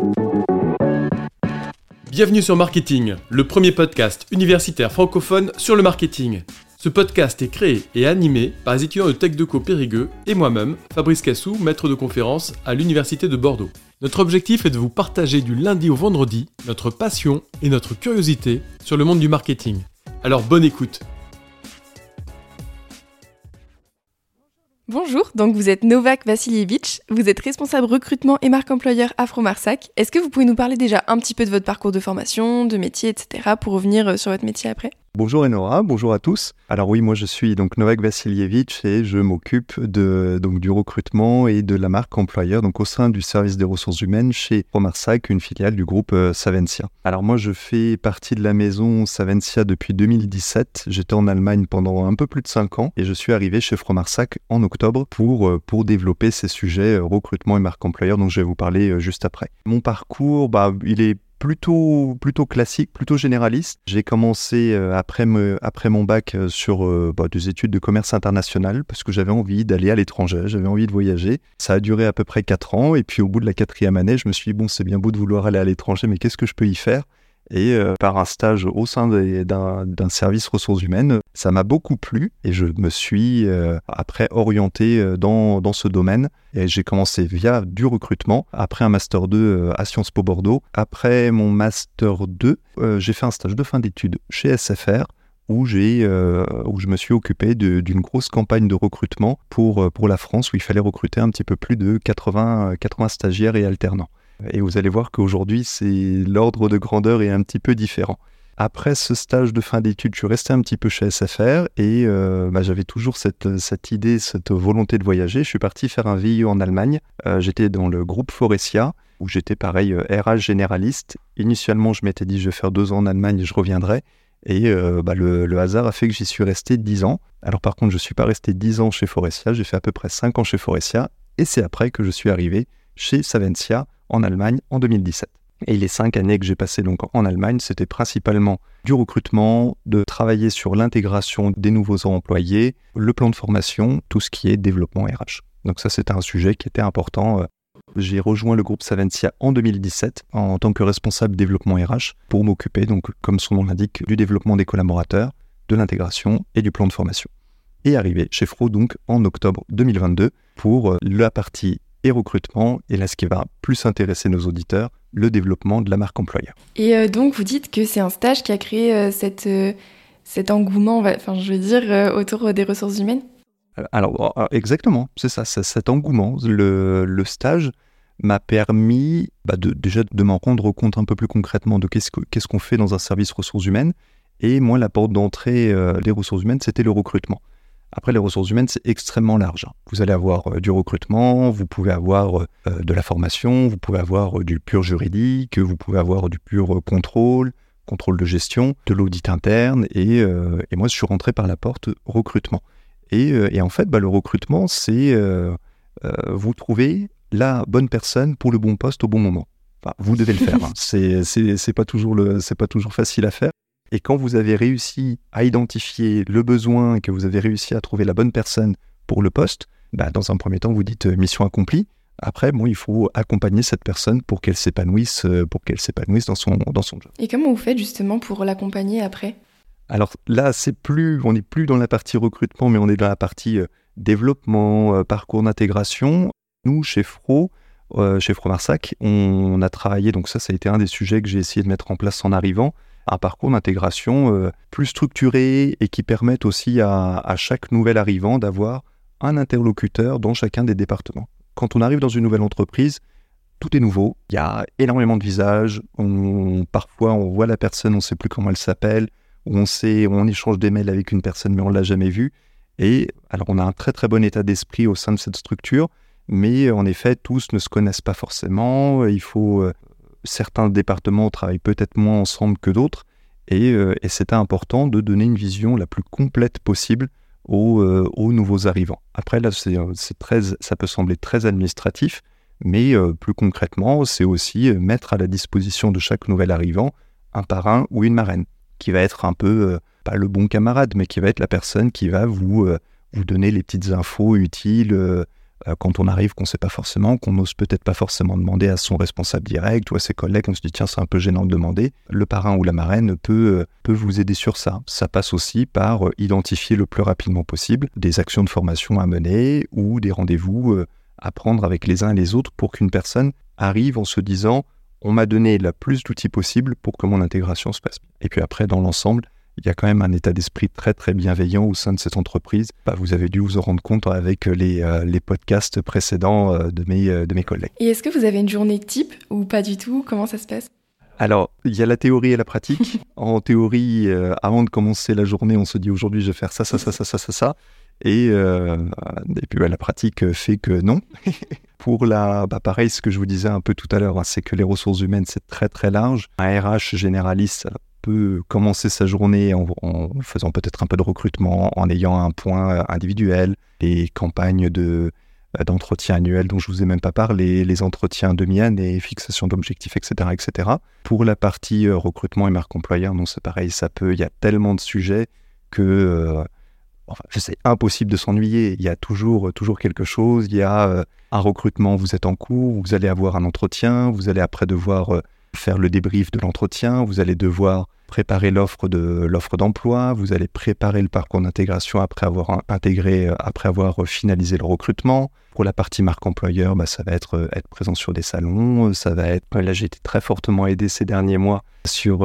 Bienvenue sur Marketing, le premier podcast universitaire francophone sur le marketing. Ce podcast est créé et animé par les étudiants de TechDeco Périgueux et moi-même, Fabrice Cassou, maître de conférence à l'Université de Bordeaux. Notre objectif est de vous partager du lundi au vendredi notre passion et notre curiosité sur le monde du marketing. Alors bonne écoute. Bonjour, donc vous êtes Novak Vassilievitch, vous êtes responsable recrutement et marque employeur Afromarsac. Est-ce que vous pouvez nous parler déjà un petit peu de votre parcours de formation, de métier, etc. pour revenir sur votre métier après ? Bonjour Enora, bonjour à tous. Alors oui, moi je suis donc Novak Vassilievitch et je m'occupe du recrutement et de la marque employeur donc au sein du service des ressources humaines chez Afromarsac, une filiale du groupe Savencia. Alors moi je fais partie de la maison Savencia depuis 2017. J'étais en Allemagne pendant un peu plus de 5 ans et je suis arrivé chez Afromarsac en octobre pour développer ces sujets recrutement et marque employeur dont je vais vous parler juste après. Mon parcours, il est plutôt classique, plutôt généraliste. J'ai commencé après mon bac sur des études de commerce international parce que j'avais envie d'aller à l'étranger, j'avais envie de voyager. Ça a duré à peu près 4 ans et puis au bout de la 4e année, je me suis dit c'est bien beau de vouloir aller à l'étranger, mais qu'est-ce que je peux y faire ? Et par un stage au sein d'un service ressources humaines, ça m'a beaucoup plu et je me suis après orienté dans ce domaine. Et j'ai commencé via du recrutement, après un Master 2 à Sciences Po Bordeaux. Après mon Master 2, j'ai fait un stage de fin d'études chez SFR où je me suis occupé d'une grosse campagne de recrutement pour la France où il fallait recruter un petit peu plus de 80 stagiaires et alternants. Et vous allez voir qu'aujourd'hui, l'ordre de grandeur est un petit peu différent. Après ce stage de fin d'études, je suis resté un petit peu chez SFR et j'avais toujours cette idée, cette volonté de voyager. Je suis parti faire un VIE en Allemagne. J'étais dans le groupe Forestia, où j'étais pareil, RH généraliste. Initialement, je m'étais dit, je vais faire 2 ans en Allemagne et je reviendrai. Et le hasard a fait que j'y suis resté 10 ans. Alors par contre, je ne suis pas resté 10 ans chez Forestia. J'ai fait à peu près 5 ans chez Forestia. Et c'est après que je suis arrivé chez Savencia en Allemagne en 2017. Et les 5 années que j'ai passées donc en Allemagne, c'était principalement du recrutement, de travailler sur l'intégration des nouveaux employés, le plan de formation, tout ce qui est développement RH. Donc ça, c'était un sujet qui était important. J'ai rejoint le groupe Savencia en 2017 en tant que responsable développement RH pour m'occuper, donc, comme son nom l'indique, du développement des collaborateurs, de l'intégration et du plan de formation. Et arrivé chez Fro donc en octobre 2022 pour la partie et recrutement, et là ce qui va plus intéresser nos auditeurs, le développement de la marque employeur. Et donc vous dites que c'est un stage qui a créé cet engouement, autour des ressources humaines ? Alors exactement, c'est ça, cet engouement. Le stage m'a permis déjà de m'en rendre compte un peu plus concrètement de qu'est-ce qu'on fait dans un service ressources humaines, et moi la porte d'entrée des ressources humaines, c'était le recrutement. Après, les ressources humaines, c'est extrêmement large. Vous allez avoir du recrutement, vous pouvez avoir de la formation, vous pouvez avoir du pur juridique, vous pouvez avoir du pur contrôle de gestion, de l'audit interne. Et moi, je suis rentré par la porte recrutement. Et en fait, le recrutement, c'est vous trouvez la bonne personne pour le bon poste au bon moment. Enfin, vous devez le faire. C'est pas toujours facile à faire. Et quand vous avez réussi à identifier le besoin et que vous avez réussi à trouver la bonne personne pour le poste, dans un premier temps, vous dites mission accomplie. Après, il faut accompagner cette personne pour qu'elle s'épanouisse dans son job. Et comment vous faites justement pour l'accompagner après ? Alors là, on n'est plus dans la partie recrutement, mais on est dans la partie développement, parcours d'intégration. Nous, chez Afromarsac, on a travaillé, donc ça a été un des sujets que j'ai essayé de mettre en place en arrivant, un parcours d'intégration plus structuré et qui permette aussi à chaque nouvel arrivant d'avoir un interlocuteur dans chacun des départements. Quand on arrive dans une nouvelle entreprise, tout est nouveau, il y a énormément de visages, parfois on voit la personne, on ne sait plus comment elle s'appelle, on échange des mails avec une personne mais on ne l'a jamais vue. Et alors on a un très très bon état d'esprit au sein de cette structure, mais en effet tous ne se connaissent pas forcément, certains départements travaillent peut-être moins ensemble que d'autres, et c'était important de donner une vision la plus complète possible aux nouveaux arrivants. Après, là, ça peut sembler très administratif, mais plus concrètement, c'est aussi mettre à la disposition de chaque nouvel arrivant un parrain ou une marraine, qui va être un peu, pas le bon camarade, mais qui va être la personne qui va vous donner les petites infos utiles quand on arrive, qu'on ne sait pas forcément, qu'on n'ose peut-être pas forcément demander à son responsable direct ou à ses collègues, on se dit tiens, c'est un peu gênant de demander. Le parrain ou la marraine peut vous aider sur ça. Ça passe aussi par identifier le plus rapidement possible des actions de formation à mener ou des rendez-vous à prendre avec les uns et les autres pour qu'une personne arrive en se disant on m'a donné le plus d'outils possible pour que mon intégration se passe. Et puis après, dans l'ensemble, il y a quand même un état d'esprit très très bienveillant au sein de cette entreprise. Vous avez dû vous en rendre compte avec les podcasts précédents de mes collègues. Et est-ce que vous avez une journée type ou pas du tout ? Comment ça se passe ? Alors, il y a la théorie et la pratique. En théorie, avant de commencer la journée, on se dit aujourd'hui je vais faire ça. Et puis la pratique fait que non. Pour pareil, ce que je vous disais un peu tout à l'heure, c'est que les ressources humaines, c'est très très large. Un RH généraliste peut commencer sa journée en faisant peut-être un peu de recrutement, en ayant un point individuel, les campagnes d'entretien annuel dont je vous ai même pas parlé, les entretiens demi-année, fixation d'objectifs, etc., etc. Pour la partie recrutement et marque employeur, non, c'est pareil, il y a tellement de sujets que c'est impossible de s'ennuyer. Il y a toujours quelque chose. Il y a un recrutement, vous êtes en cours, vous allez avoir un entretien, vous allez après devoir faire le débrief de l'entretien, vous allez devoir préparer l'offre d'emploi, vous allez préparer le parcours d'intégration après avoir finalisé le recrutement. Pour la partie marque employeur, ça va être présent sur des salons, ça va être... Là, j'ai été très fortement aidé ces derniers mois sur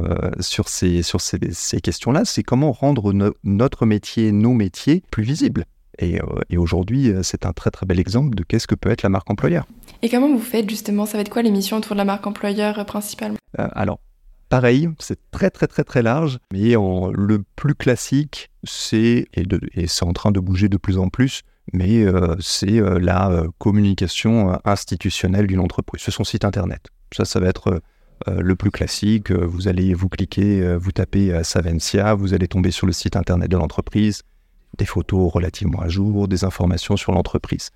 ces questions-là. C'est comment rendre notre métier, nos métiers, plus visibles. Et aujourd'hui, c'est un très très bel exemple de qu'est-ce que peut être la marque employeur. Et comment vous faites justement ? Ça va être quoi les missions autour de la marque employeur principalement ? Alors, pareil, c'est très très très très large, mais le plus classique, et c'est en train de bouger de plus en plus, mais c'est la communication institutionnelle d'une entreprise, c'est son site internet. Ça va être le plus classique. Vous cliquez, vous tapez Savencia, vous allez tomber sur le site internet de l'entreprise, des photos relativement à jour, des informations sur l'entreprise.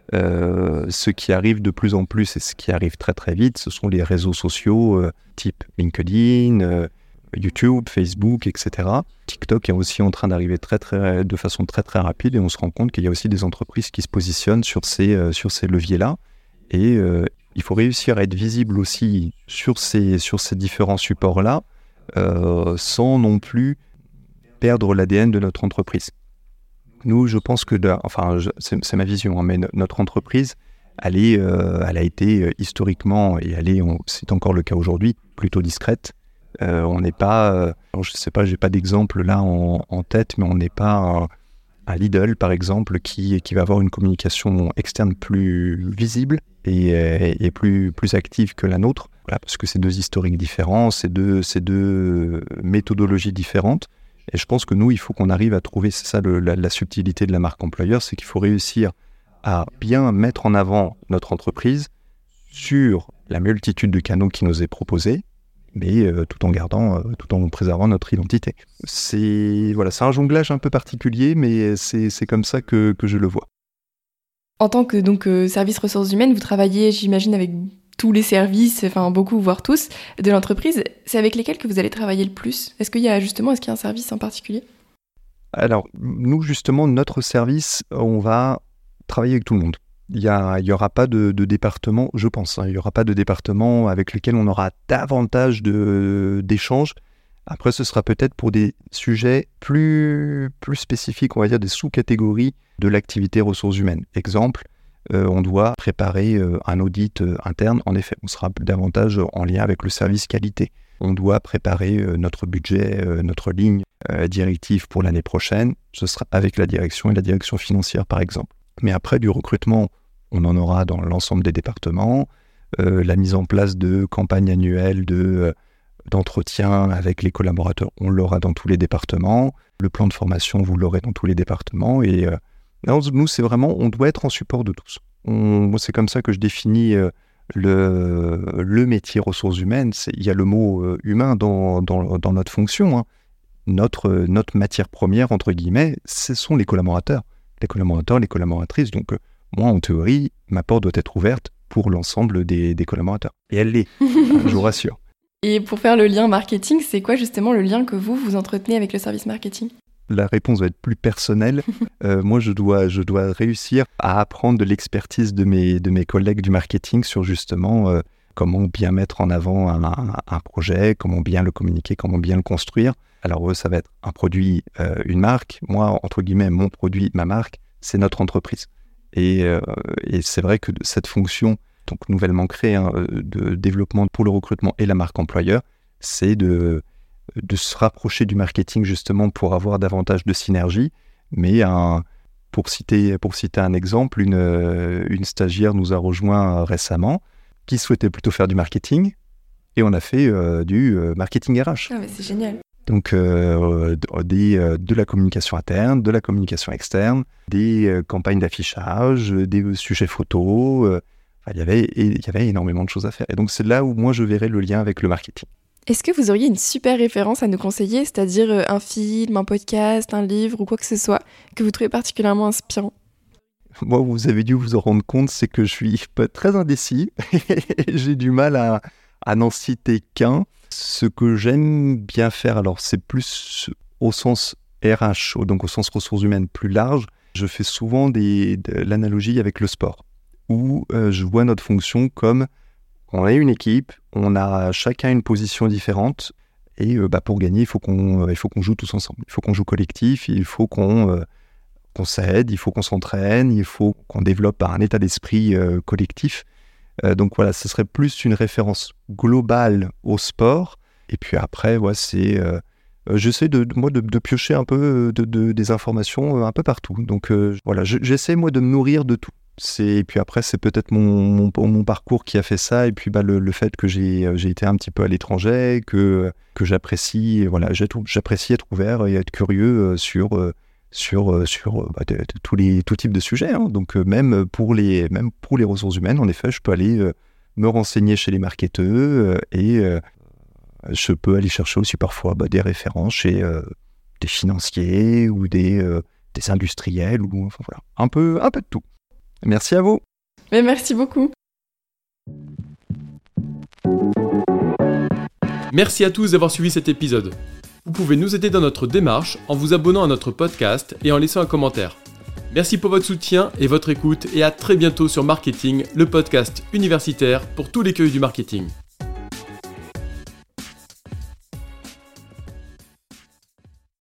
Ce qui arrive de plus en plus et ce qui arrive très très vite, ce sont les réseaux sociaux type LinkedIn, YouTube, Facebook, etc. TikTok est aussi en train d'arriver de façon très très rapide et on se rend compte qu'il y a aussi des entreprises qui se positionnent sur ces leviers-là. Et il faut réussir à être visible aussi sur ces différents supports-là sans non plus perdre l'ADN de notre entreprise. Nous, je pense que, c'est ma vision, mais notre entreprise, elle a été historiquement, et c'est encore le cas aujourd'hui, plutôt discrète. On n'est pas, je sais pas, j'ai pas d'exemple là en tête, mais on n'est pas un Lidl, par exemple, qui va avoir une communication externe plus visible et plus active que la nôtre. Voilà, parce que c'est deux historiques différents, c'est deux méthodologies différentes. Et je pense que nous, il faut qu'on arrive à trouver, c'est ça la subtilité de la marque employeur, c'est qu'il faut réussir à bien mettre en avant notre entreprise sur la multitude de canaux qui nous est proposée, mais tout en préservant notre identité. C'est un jonglage un peu particulier, mais c'est comme ça que je le vois. En tant que service ressources humaines, vous travaillez, j'imagine, avec tous les services, beaucoup, voire tous, de l'entreprise. C'est avec lesquels que vous allez travailler le plus ? Est-ce qu'il y a un service en particulier ? Alors, nous, justement, notre service, on va travailler avec tout le monde. Il y aura pas de département, je pense, il y aura pas de département avec lequel on aura davantage d'échanges. Après, ce sera peut-être pour des sujets plus spécifiques, on va dire des sous-catégories de l'activité ressources humaines. Exemple, on doit préparer un audit interne. En effet, on sera davantage en lien avec le service qualité. On doit préparer notre budget, notre ligne directive pour l'année prochaine. Ce sera avec la direction et la direction financière, par exemple. Mais après, du recrutement, on en aura dans l'ensemble des départements. La mise en place de campagnes annuelles d'entretien avec les collaborateurs, on l'aura dans tous les départements. Le plan de formation, vous l'aurez dans tous les départements. Et nous, c'est vraiment, on doit être en support de tous. C'est comme ça que je définis le métier ressources humaines. Il y a le mot humain dans notre fonction. Hein. Notre matière première, entre guillemets, ce sont les collaborateurs. Les collaborateurs, les collaboratrices. Donc, moi, en théorie, ma porte doit être ouverte pour l'ensemble des collaborateurs. Et elle l'est, je vous rassure. Et pour faire le lien marketing, c'est quoi justement le lien que vous entretenez avec le service marketing ? la réponse va être plus personnelle. Moi, je dois réussir à apprendre de l'expertise de mes collègues du marketing sur justement comment bien mettre en avant un projet, comment bien le communiquer, comment bien le construire. Alors eux, ça va être un produit, une marque. Moi, entre guillemets, mon produit, ma marque, c'est notre entreprise. Et c'est vrai que cette fonction, donc nouvellement créée, de développement pour le recrutement et la marque employeur, c'est de se rapprocher du marketing justement pour avoir davantage de synergie. Mais pour citer un exemple, une stagiaire nous a rejoint récemment qui souhaitait plutôt faire du marketing et on a fait du marketing RH. Ah mais c'est génial. Donc de la communication interne, de la communication externe, des campagnes d'affichage, des sujets photos. Il y avait énormément de choses à faire. Et donc c'est là où moi je verrais le lien avec le marketing. Est-ce que vous auriez une super référence à nous conseiller, c'est-à-dire un film, un podcast, un livre ou quoi que ce soit que vous trouvez particulièrement inspirant ? Moi, vous avez dû vous en rendre compte, c'est que je suis très indécis. J'ai du mal à n'en citer qu'un. Ce que j'aime bien faire, alors c'est plus au sens RH, donc au sens ressources humaines plus large. Je fais souvent l'analogie avec le sport, où je vois notre fonction comme on est une équipe, on a chacun une position différente, et pour gagner, il faut qu'on joue tous ensemble. Il faut qu'on joue collectif, il faut qu'on s'aide, il faut qu'on s'entraîne, il faut qu'on développe un état d'esprit collectif. Donc voilà, ce serait plus une référence globale au sport. Et puis après, j'essaie de piocher un peu des informations un peu partout. Donc voilà, j'essaie moi de me nourrir de tout. Et puis après, c'est peut-être mon parcours qui a fait ça. Et puis le fait que j'ai été un petit peu à l'étranger, que j'apprécie, j'apprécie être ouvert et être curieux sur tout type de sujets. Hein. Donc même pour les ressources humaines, en effet, je peux aller me renseigner chez les marketeurs et je peux aller chercher aussi parfois des références chez des financiers ou des industriels ou enfin voilà, un peu de tout. Merci à vous. Mais merci beaucoup. Merci à tous d'avoir suivi cet épisode. Vous pouvez nous aider dans notre démarche en vous abonnant à notre podcast et en laissant un commentaire. Merci pour votre soutien et votre écoute et à très bientôt sur Marketing, le podcast universitaire pour tous les cueils du marketing.